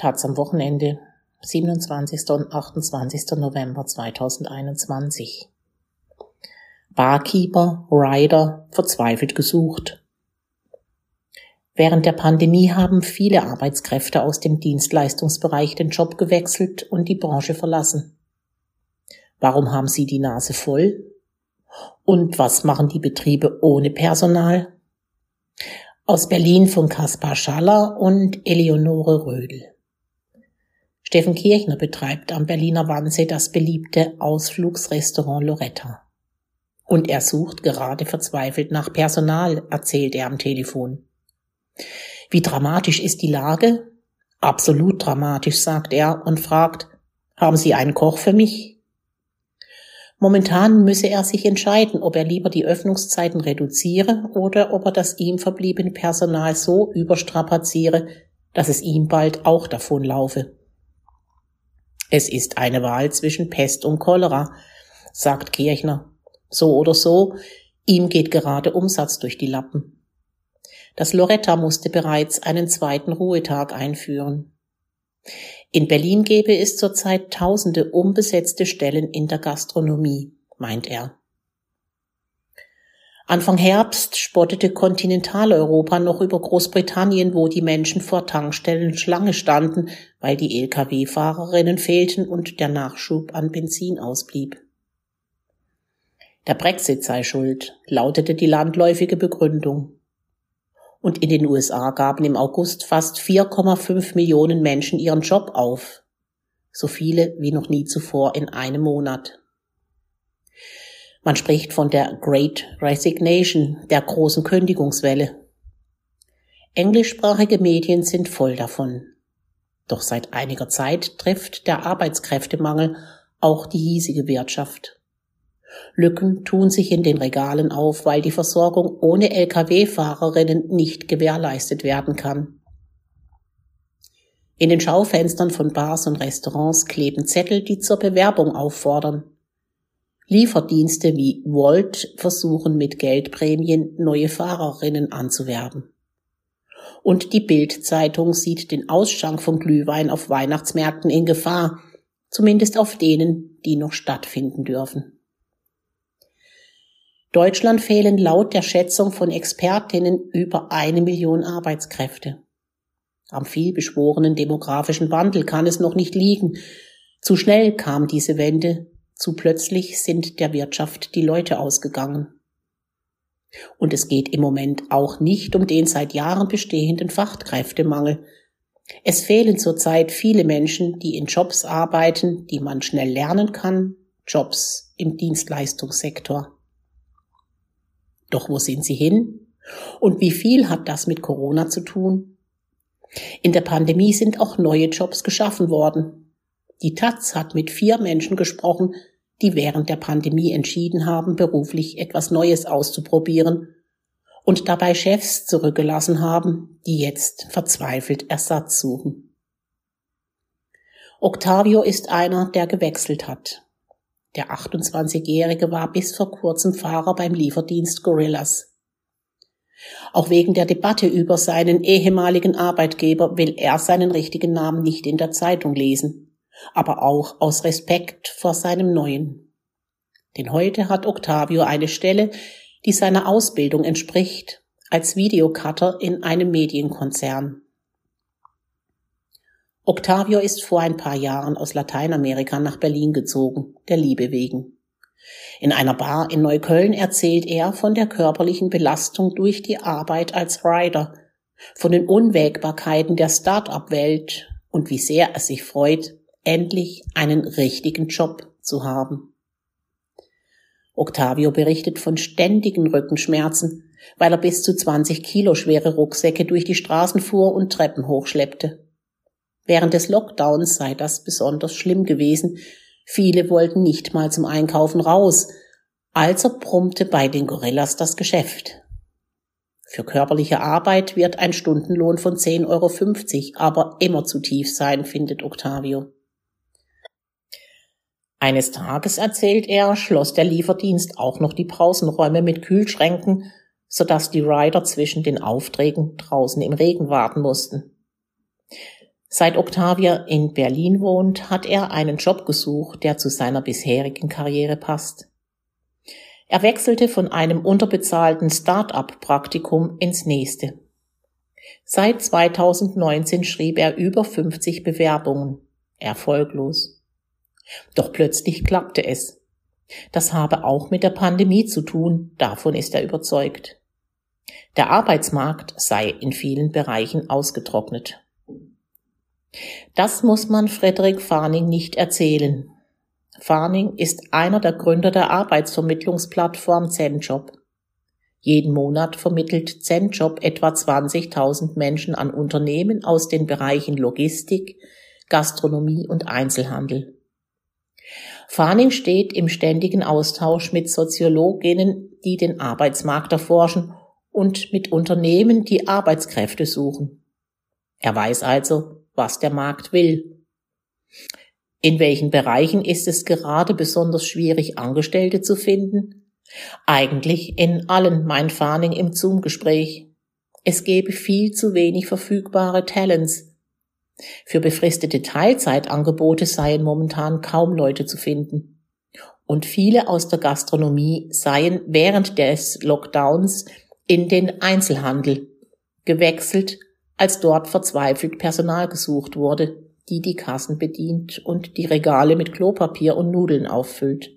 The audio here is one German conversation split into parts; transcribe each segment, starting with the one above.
Taz am Wochenende, 27. und 28. November 2021. Barkeeper, Rider, verzweifelt gesucht. Während der Pandemie haben viele Arbeitskräfte aus dem Dienstleistungsbereich den Job gewechselt und die Branche verlassen. Warum haben sie die Nase voll? Und was machen die Betriebe ohne Personal? Aus Berlin von Kaspar Schaller und Eleonore Rödel. Steffen Kirchner betreibt am Berliner Wannsee das beliebte Ausflugsrestaurant Loretta. Und er sucht gerade verzweifelt nach Personal, erzählt er am Telefon. Wie dramatisch ist die Lage? Absolut dramatisch, sagt er und fragt, haben Sie einen Koch für mich? Momentan müsse er sich entscheiden, ob er lieber die Öffnungszeiten reduziere oder ob er das ihm verbliebene Personal so überstrapaziere, dass es ihm bald auch davonlaufe. Es ist eine Wahl zwischen Pest und Cholera, sagt Kirchner. So oder so, ihm geht gerade Umsatz durch die Lappen. Das Loretta musste bereits einen zweiten Ruhetag einführen. In Berlin gäbe es zurzeit tausende unbesetzte Stellen in der Gastronomie, meint er. Anfang Herbst spottete Kontinentaleuropa noch über Großbritannien, wo die Menschen vor Tankstellen Schlange standen, weil die Lkw-Fahrerinnen fehlten und der Nachschub an Benzin ausblieb. Der Brexit sei schuld, lautete die landläufige Begründung. Und in den USA gaben im August fast 4,5 Millionen Menschen ihren Job auf. So viele wie noch nie zuvor in einem Monat. Man spricht von der Great Resignation, der großen Kündigungswelle. Englischsprachige Medien sind voll davon. Doch seit einiger Zeit trifft der Arbeitskräftemangel auch die hiesige Wirtschaft. Lücken tun sich in den Regalen auf, weil die Versorgung ohne Lkw-Fahrerinnen nicht gewährleistet werden kann. In den Schaufenstern von Bars und Restaurants kleben Zettel, die zur Bewerbung auffordern. Lieferdienste wie Wolt versuchen mit Geldprämien neue Fahrerinnen anzuwerben. Und die Bild-Zeitung sieht den Ausschank von Glühwein auf Weihnachtsmärkten in Gefahr, zumindest auf denen, die noch stattfinden dürfen. Deutschland fehlen laut der Schätzung von Expertinnen über 1 Million Arbeitskräfte. Am vielbeschworenen demografischen Wandel kann es noch nicht liegen. Zu schnell kam diese Wende, zu plötzlich sind der Wirtschaft die Leute ausgegangen. Und es geht im Moment auch nicht um den seit Jahren bestehenden Fachkräftemangel. Es fehlen zurzeit viele Menschen, die in Jobs arbeiten, die man schnell lernen kann, Jobs im Dienstleistungssektor. Doch wo sind sie hin? Und wie viel hat das mit Corona zu tun? In der Pandemie sind auch neue Jobs geschaffen worden. Die Taz hat mit 4 Menschen gesprochen, die während der Pandemie entschieden haben, beruflich etwas Neues auszuprobieren und dabei Chefs zurückgelassen haben, die jetzt verzweifelt Ersatz suchen. Octavio ist einer, der gewechselt hat. Der 28-Jährige war bis vor kurzem Fahrer beim Lieferdienst Gorillas. Auch wegen der Debatte über seinen ehemaligen Arbeitgeber will er seinen richtigen Namen nicht in der Zeitung lesen, aber auch aus Respekt vor seinem Neuen. Denn heute hat Octavio eine Stelle, die seiner Ausbildung entspricht, als Videocutter in einem Medienkonzern. Octavio ist vor ein paar Jahren aus Lateinamerika nach Berlin gezogen, der Liebe wegen. In einer Bar in Neukölln erzählt er von der körperlichen Belastung durch die Arbeit als Rider, von den Unwägbarkeiten der Start-up-Welt und wie sehr er sich freut, endlich einen richtigen Job zu haben. Octavio berichtet von ständigen Rückenschmerzen, weil er bis zu 20 Kilo schwere Rucksäcke durch die Straßen fuhr und Treppen hochschleppte. Während des Lockdowns sei das besonders schlimm gewesen. Viele wollten nicht mal zum Einkaufen raus, also brummte bei den Gorillas das Geschäft. Für körperliche Arbeit wird ein Stundenlohn von 10,50 € aber immer zu tief sein, findet Octavio. Eines Tages, erzählt er, schloss der Lieferdienst auch noch die Pausenräume mit Kühlschränken, sodass die Rider zwischen den Aufträgen draußen im Regen warten mussten. Seit Octavia in Berlin wohnt, hat er einen Job gesucht, der zu seiner bisherigen Karriere passt. Er wechselte von einem unterbezahlten Start-up-Praktikum ins nächste. Seit 2019 schrieb er über 50 Bewerbungen. Erfolglos. Doch plötzlich klappte es. Das habe auch mit der Pandemie zu tun, davon ist er überzeugt. Der Arbeitsmarkt sei in vielen Bereichen ausgetrocknet. Das muss man Frederik Farning nicht erzählen. Farning ist einer der Gründer der Arbeitsvermittlungsplattform Zenjob. Jeden Monat vermittelt Zenjob etwa 20.000 Menschen an Unternehmen aus den Bereichen Logistik, Gastronomie und Einzelhandel. Farning steht im ständigen Austausch mit Soziologinnen, die den Arbeitsmarkt erforschen, und mit Unternehmen, die Arbeitskräfte suchen. Er weiß also, was der Markt will. In welchen Bereichen ist es gerade besonders schwierig, Angestellte zu finden? Eigentlich in allen, meint Farning im Zoom-Gespräch. Es gebe viel zu wenig verfügbare Talents. Für befristete Teilzeitangebote seien momentan kaum Leute zu finden. Und viele aus der Gastronomie seien während des Lockdowns in den Einzelhandel gewechselt, als dort verzweifelt Personal gesucht wurde, die Kassen bedient und die Regale mit Klopapier und Nudeln auffüllt.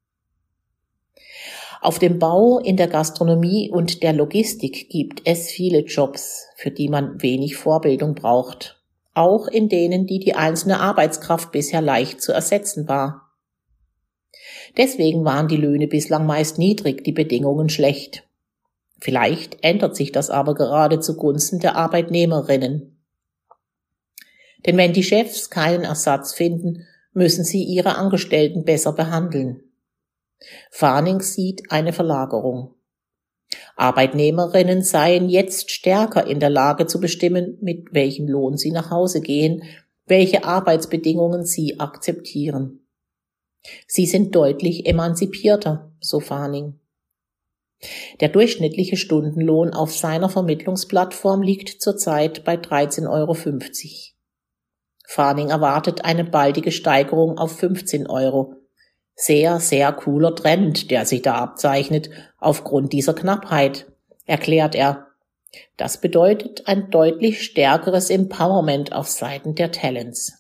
Auf dem Bau, in der Gastronomie und der Logistik gibt es viele Jobs, für die man wenig Vorbildung braucht. Auch in denen, die einzelne Arbeitskraft bisher leicht zu ersetzen war. Deswegen waren die Löhne bislang meist niedrig, die Bedingungen schlecht. Vielleicht ändert sich das aber gerade zugunsten der Arbeitnehmerinnen. Denn wenn die Chefs keinen Ersatz finden, müssen sie ihre Angestellten besser behandeln. Farning sieht eine Verlagerung. Arbeitnehmerinnen seien jetzt stärker in der Lage zu bestimmen, mit welchem Lohn sie nach Hause gehen, welche Arbeitsbedingungen sie akzeptieren. Sie sind deutlich emanzipierter, so Farning. Der durchschnittliche Stundenlohn auf seiner Vermittlungsplattform liegt zurzeit bei 13,50 €. Farning erwartet eine baldige Steigerung auf 15 €. Sehr, sehr cooler Trend, der sich da abzeichnet, aufgrund dieser Knappheit, erklärt er. Das bedeutet ein deutlich stärkeres Empowerment auf Seiten der Talents.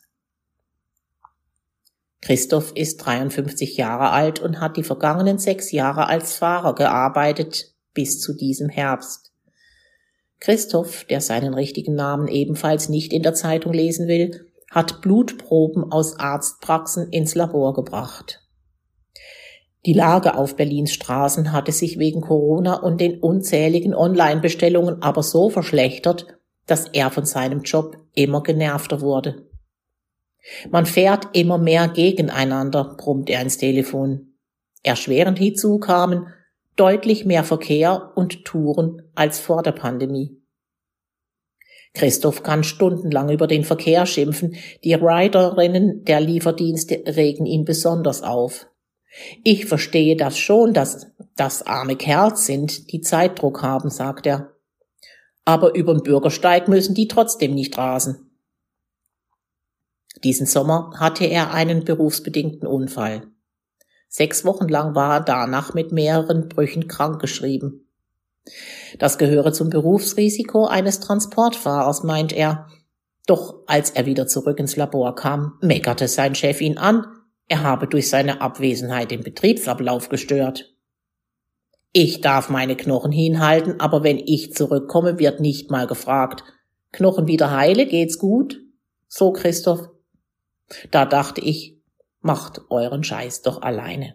Christoph ist 53 Jahre alt und hat die vergangenen 6 Jahre als Fahrer gearbeitet, bis zu diesem Herbst. Christoph, der seinen richtigen Namen ebenfalls nicht in der Zeitung lesen will, hat Blutproben aus Arztpraxen ins Labor gebracht. Die Lage auf Berlins Straßen hatte sich wegen Corona und den unzähligen Online-Bestellungen aber so verschlechtert, dass er von seinem Job immer genervter wurde. Man fährt immer mehr gegeneinander, brummt er ins Telefon. Erschwerend hinzu kamen deutlich mehr Verkehr und Touren als vor der Pandemie. Christoph kann stundenlang über den Verkehr schimpfen, die Riderinnen der Lieferdienste regen ihn besonders auf. Ich verstehe das schon, dass das arme Kerls sind, die Zeitdruck haben, sagt er. Aber übern Bürgersteig müssen die trotzdem nicht rasen. Diesen Sommer hatte er einen berufsbedingten Unfall. 6 Wochen lang war er danach mit mehreren Brüchen krankgeschrieben. Das gehöre zum Berufsrisiko eines Transportfahrers, meint er. Doch als er wieder zurück ins Labor kam, meckerte sein Chef ihn an, er habe durch seine Abwesenheit den Betriebsablauf gestört. Ich darf meine Knochen hinhalten, aber wenn ich zurückkomme, wird nicht mal gefragt. Knochen wieder heile, geht's gut? So, Christoph. Da dachte ich, macht euren Scheiß doch alleine.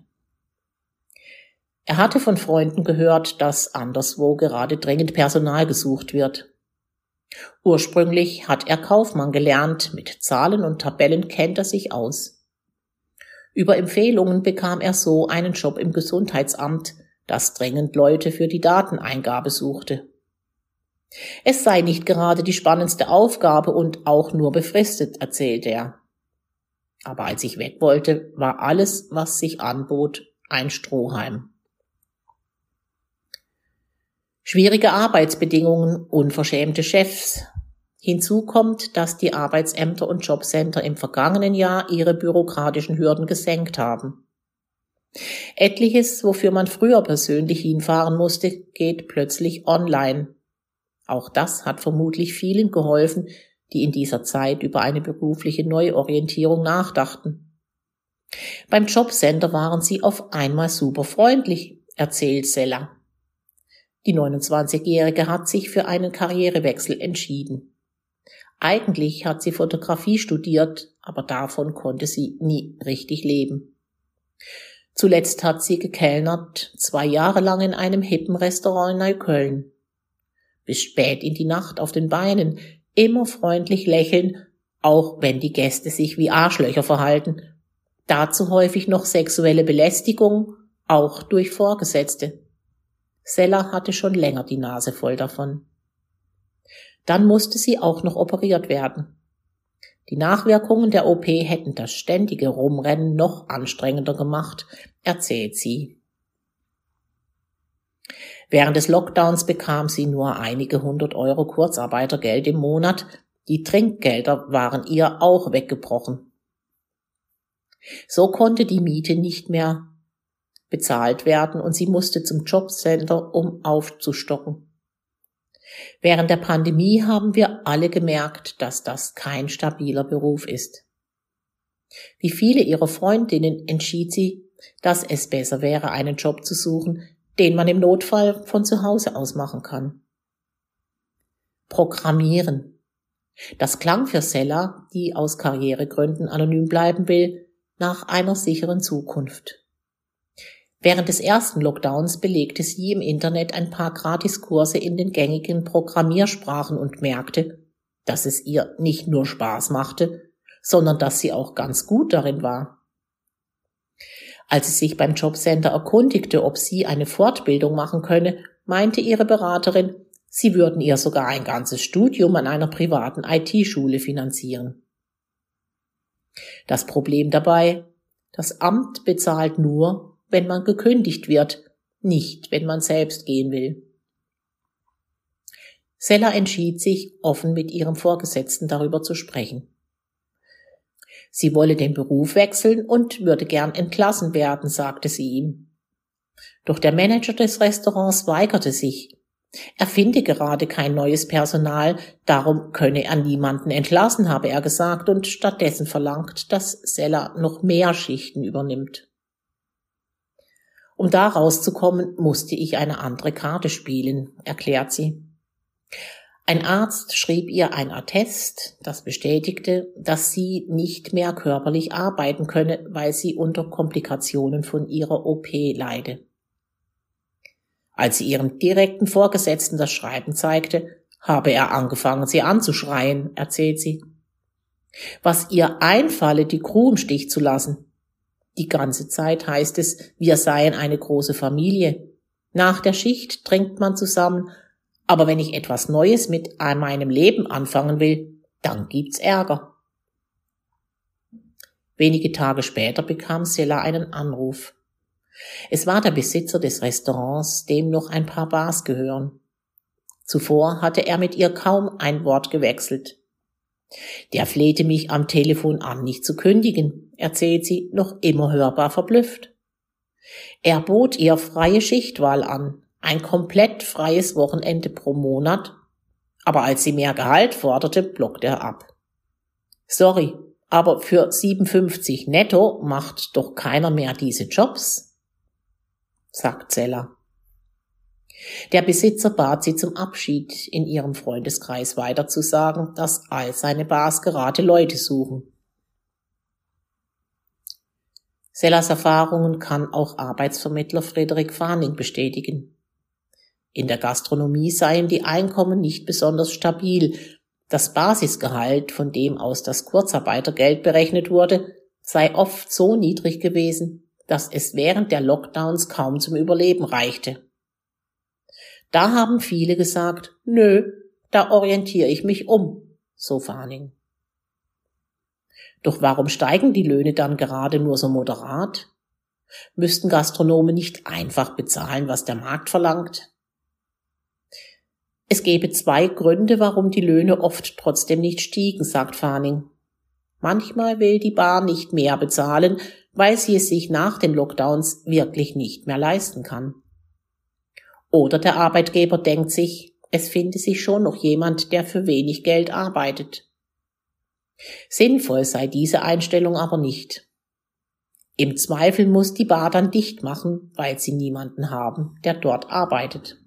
Er hatte von Freunden gehört, dass anderswo gerade dringend Personal gesucht wird. Ursprünglich hat er Kaufmann gelernt, mit Zahlen und Tabellen kennt er sich aus. Über Empfehlungen bekam er so einen Job im Gesundheitsamt, das dringend Leute für die Dateneingabe suchte. Es sei nicht gerade die spannendste Aufgabe und auch nur befristet, erzählte er. Aber als ich weg wollte, war alles, was sich anbot, ein Strohhalm. Schwierige Arbeitsbedingungen, unverschämte Chefs. Hinzu kommt, dass die Arbeitsämter und Jobcenter im vergangenen Jahr ihre bürokratischen Hürden gesenkt haben. Etliches, wofür man früher persönlich hinfahren musste, geht plötzlich online. Auch das hat vermutlich vielen geholfen, die in dieser Zeit über eine berufliche Neuorientierung nachdachten. Beim Jobcenter waren sie auf einmal super freundlich, erzählt Sella. Die 29-Jährige hat sich für einen Karrierewechsel entschieden. Eigentlich hat sie Fotografie studiert, aber davon konnte sie nie richtig leben. Zuletzt hat sie gekellnert, 2 Jahre lang in einem hippen Restaurant in Neukölln. Bis spät in die Nacht auf den Beinen, immer freundlich lächeln, auch wenn die Gäste sich wie Arschlöcher verhalten. Dazu häufig noch sexuelle Belästigung, auch durch Vorgesetzte. Sella hatte schon länger die Nase voll davon. Dann musste sie auch noch operiert werden. Die Nachwirkungen der OP hätten das ständige Rumrennen noch anstrengender gemacht, erzählt sie. Während des Lockdowns bekam sie nur einige 100 € Kurzarbeitergeld im Monat. Die Trinkgelder waren ihr auch weggebrochen. So konnte die Miete nicht mehr bezahlt werden und sie musste zum Jobcenter, um aufzustocken. Während der Pandemie haben wir alle gemerkt, dass das kein stabiler Beruf ist. Wie viele ihrer Freundinnen entschied sie, dass es besser wäre, einen Job zu suchen, den man im Notfall von zu Hause aus machen kann. Programmieren. Das klang für Sella, die aus Karrieregründen anonym bleiben will, nach einer sicheren Zukunft. Während des ersten Lockdowns belegte sie im Internet ein paar Gratiskurse in den gängigen Programmiersprachen und merkte, dass es ihr nicht nur Spaß machte, sondern dass sie auch ganz gut darin war. Als sie sich beim Jobcenter erkundigte, ob sie eine Fortbildung machen könne, meinte ihre Beraterin, sie würden ihr sogar ein ganzes Studium an einer privaten IT-Schule finanzieren. Das Problem dabei: Das Amt bezahlt nur, wenn man gekündigt wird, nicht wenn man selbst gehen will. Sella entschied sich, offen mit ihrem Vorgesetzten darüber zu sprechen. Sie wolle den Beruf wechseln und würde gern entlassen werden, sagte sie ihm. Doch der Manager des Restaurants weigerte sich. Er finde gerade kein neues Personal, darum könne er niemanden entlassen, habe er gesagt, und stattdessen verlangt, dass Sella noch mehr Schichten übernimmt. Um da rauszukommen, musste ich eine andere Karte spielen, erklärt sie. Ein Arzt schrieb ihr ein Attest, das bestätigte, dass sie nicht mehr körperlich arbeiten könne, weil sie unter Komplikationen von ihrer OP leide. Als sie ihrem direkten Vorgesetzten das Schreiben zeigte, habe er angefangen, sie anzuschreien, erzählt sie. Was ihr einfalle, die Crew im Stich zu lassen. Die ganze Zeit heißt es, wir seien eine große Familie. Nach der Schicht trinkt man zusammen, aber wenn ich etwas Neues mit meinem Leben anfangen will, dann gibt's Ärger. Wenige Tage später bekam Sella einen Anruf. Es war der Besitzer des Restaurants, dem noch ein paar Bars gehören. Zuvor hatte er mit ihr kaum ein Wort gewechselt. Der flehte mich am Telefon an, nicht zu kündigen, erzählt sie, noch immer hörbar verblüfft. Er bot ihr freie Schichtwahl an, ein komplett freies Wochenende pro Monat, aber als sie mehr Gehalt forderte, blockte er ab. Sorry, aber für 57 netto macht doch keiner mehr diese Jobs, sagt Sella. Der Besitzer bat sie zum Abschied in ihrem Freundeskreis weiter zu sagen, dass all seine Bars gerade Leute suchen. Sellas Erfahrungen kann auch Arbeitsvermittler Friedrich Fahning bestätigen. In der Gastronomie seien die Einkommen nicht besonders stabil. Das Basisgehalt, von dem aus das Kurzarbeitergeld berechnet wurde, sei oft so niedrig gewesen, dass es während der Lockdowns kaum zum Überleben reichte. Da haben viele gesagt, nö, da orientiere ich mich um, so Fahning. Doch warum steigen die Löhne dann gerade nur so moderat? Müssten Gastronomen nicht einfach bezahlen, was der Markt verlangt? Es gebe 2 Gründe, warum die Löhne oft trotzdem nicht stiegen, sagt Farning. Manchmal will die Bahn nicht mehr bezahlen, weil sie es sich nach den Lockdowns wirklich nicht mehr leisten kann. Oder der Arbeitgeber denkt sich, es finde sich schon noch jemand, der für wenig Geld arbeitet. Sinnvoll sei diese Einstellung aber nicht. Im Zweifel muss die Bar dann dicht machen, weil sie niemanden haben, der dort arbeitet.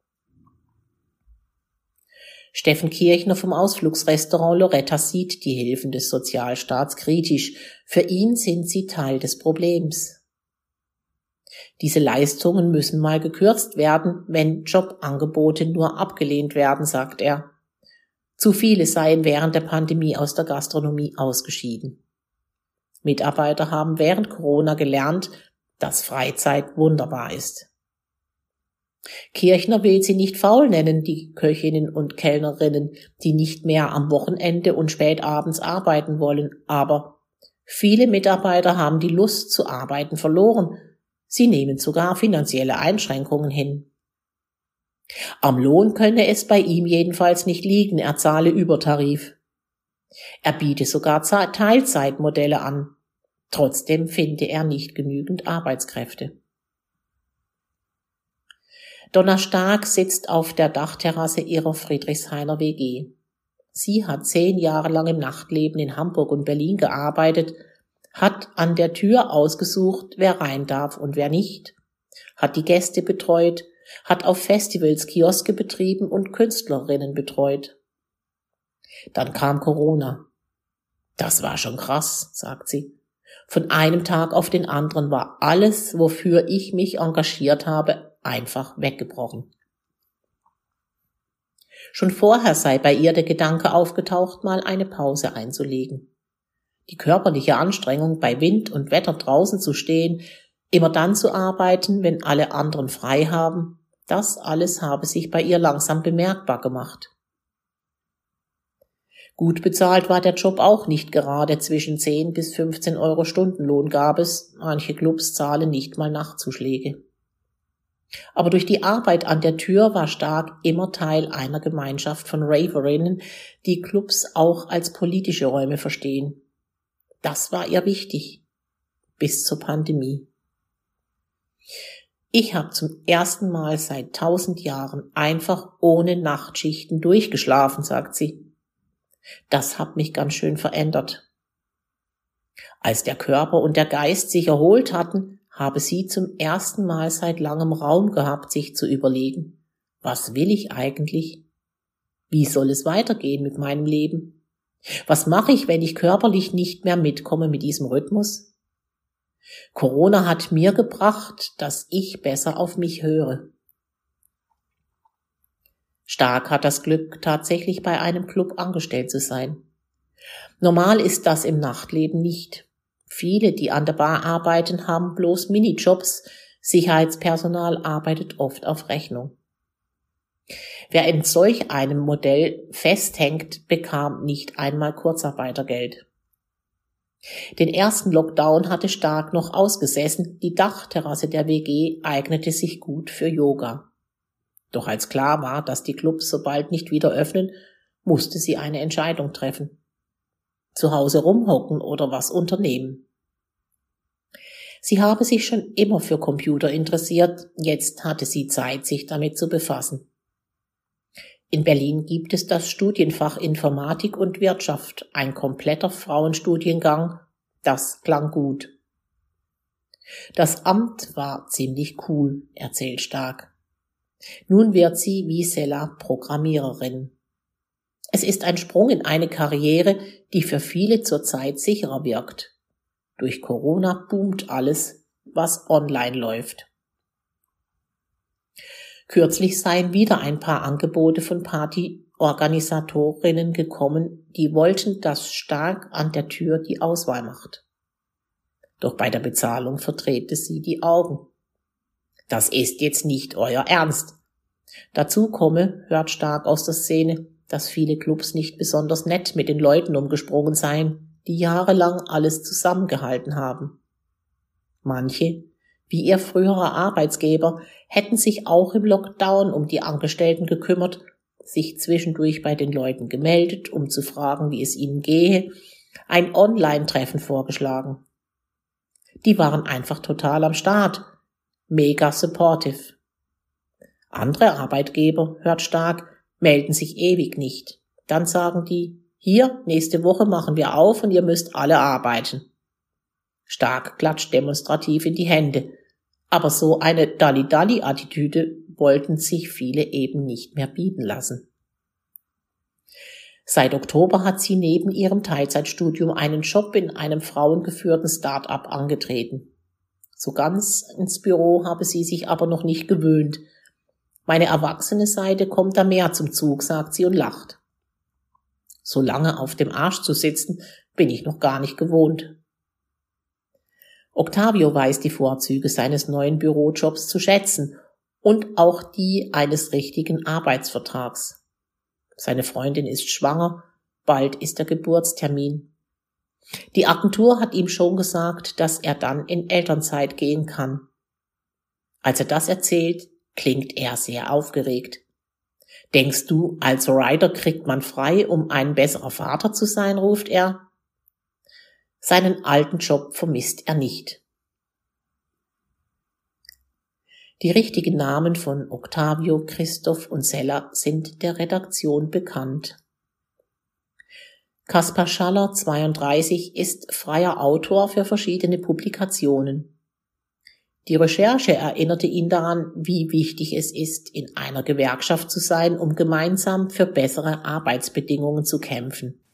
Steffen Kirchner vom Ausflugsrestaurant Loretta sieht die Hilfen des Sozialstaats kritisch. Für ihn sind sie Teil des Problems. Diese Leistungen müssen mal gekürzt werden, wenn Jobangebote nur abgelehnt werden, sagt er. Zu viele seien während der Pandemie aus der Gastronomie ausgeschieden. Mitarbeiter haben während Corona gelernt, dass Freizeit wunderbar ist. Kirchner will sie nicht faul nennen, die Köchinnen und Kellnerinnen, die nicht mehr am Wochenende und spät abends arbeiten wollen, aber viele Mitarbeiter haben die Lust zu arbeiten verloren. Sie nehmen sogar finanzielle Einschränkungen hin. Am Lohn könne es bei ihm jedenfalls nicht liegen, er zahle Übertarif. Er biete sogar Teilzeitmodelle an. Trotzdem finde er nicht genügend Arbeitskräfte. Donna Stark sitzt auf der Dachterrasse ihrer Friedrichshainer WG. Sie hat 10 Jahre lang im Nachtleben in Hamburg und Berlin gearbeitet, hat an der Tür ausgesucht, wer rein darf und wer nicht, hat die Gäste betreut, hat auf Festivals Kioske betrieben und Künstlerinnen betreut. Dann kam Corona. Das war schon krass, sagt sie. Von einem Tag auf den anderen war alles, wofür ich mich engagiert habe, einfach weggebrochen. Schon vorher sei bei ihr der Gedanke aufgetaucht, mal eine Pause einzulegen. Die körperliche Anstrengung, bei Wind und Wetter draußen zu stehen, immer dann zu arbeiten, wenn alle anderen frei haben, das alles habe sich bei ihr langsam bemerkbar gemacht. Gut bezahlt war der Job auch nicht gerade, zwischen 10 bis 15 Euro Stundenlohn gab es, manche Clubs zahlen nicht mal Nachtzuschläge. Aber durch die Arbeit an der Tür war Stark immer Teil einer Gemeinschaft von Raverinnen, die Clubs auch als politische Räume verstehen. Das war ihr wichtig, bis zur Pandemie. Ich habe zum ersten Mal seit 1000 Jahren einfach ohne Nachtschichten durchgeschlafen, sagt sie. Das hat mich ganz schön verändert. Als der Körper und der Geist sich erholt hatten, habe sie zum ersten Mal seit langem Raum gehabt, sich zu überlegen, was will ich eigentlich? Wie soll es weitergehen mit meinem Leben? Was mache ich, wenn ich körperlich nicht mehr mitkomme mit diesem Rhythmus? Corona hat mir gebracht, dass ich besser auf mich höre. Stark hat das Glück, tatsächlich bei einem Club angestellt zu sein. Normal ist das im Nachtleben nicht. Viele, die an der Bar arbeiten, haben bloß Minijobs. Sicherheitspersonal arbeitet oft auf Rechnung. Wer in solch einem Modell festhängt, bekam nicht einmal Kurzarbeitergeld. Den ersten Lockdown hatte Stark noch ausgesessen. Die Dachterrasse der WG eignete sich gut für Yoga. Doch als klar war, dass die Clubs so bald nicht wieder öffnen, musste sie eine Entscheidung treffen. Zu Hause rumhocken oder was unternehmen. Sie habe sich schon immer für Computer interessiert, jetzt hatte sie Zeit, sich damit zu befassen. In Berlin gibt es das Studienfach Informatik und Wirtschaft, ein kompletter Frauenstudiengang, das klang gut. Das Amt war ziemlich cool, erzählt Stark. Nun wird sie wie Sella Programmiererin. Es ist ein Sprung in eine Karriere, die für viele zurzeit sicherer wirkt. Durch Corona boomt alles, was online läuft. Kürzlich seien wieder ein paar Angebote von Partyorganisatorinnen gekommen, die wollten, dass Stark an der Tür die Auswahl macht. Doch bei der Bezahlung verdrehte sie die Augen. Das ist jetzt nicht euer Ernst. Dazu komme, hört Stark aus der Szene, dass viele Clubs nicht besonders nett mit den Leuten umgesprungen seien, die jahrelang alles zusammengehalten haben. Manche, wie ihr früherer Arbeitsgeber, hätten sich auch im Lockdown um die Angestellten gekümmert, sich zwischendurch bei den Leuten gemeldet, um zu fragen, wie es ihnen gehe, ein Online-Treffen vorgeschlagen. Die waren einfach total am Start, mega supportive. Andere Arbeitgeber, hört Stark, melden sich ewig nicht. Dann sagen die, hier, nächste Woche machen wir auf und ihr müsst alle arbeiten. Stark klatscht demonstrativ in die Hände. Aber so eine Dalli-Dalli-Attitüde wollten sich viele eben nicht mehr bieten lassen. Seit Oktober hat sie neben ihrem Teilzeitstudium einen Job in einem frauengeführten Start-up angetreten. So ganz ins Büro habe sie sich aber noch nicht gewöhnt. Meine erwachsene Seite kommt da mehr zum Zug, sagt sie und lacht. So lange auf dem Arsch zu sitzen, bin ich noch gar nicht gewohnt. Octavio weiß die Vorzüge seines neuen Bürojobs zu schätzen und auch die eines richtigen Arbeitsvertrags. Seine Freundin ist schwanger, bald ist der Geburtstermin. Die Agentur hat ihm schon gesagt, dass er dann in Elternzeit gehen kann. Als er das erzählt, klingt er sehr aufgeregt. Denkst du, als Rider kriegt man frei, um ein besserer Vater zu sein, ruft er. Seinen alten Job vermisst er nicht. Die richtigen Namen von Octavio, Christoph und Sella sind der Redaktion bekannt. Kaspar Schaller, 32, ist freier Autor für verschiedene Publikationen. Die Recherche erinnerte ihn daran, wie wichtig es ist, in einer Gewerkschaft zu sein, um gemeinsam für bessere Arbeitsbedingungen zu kämpfen.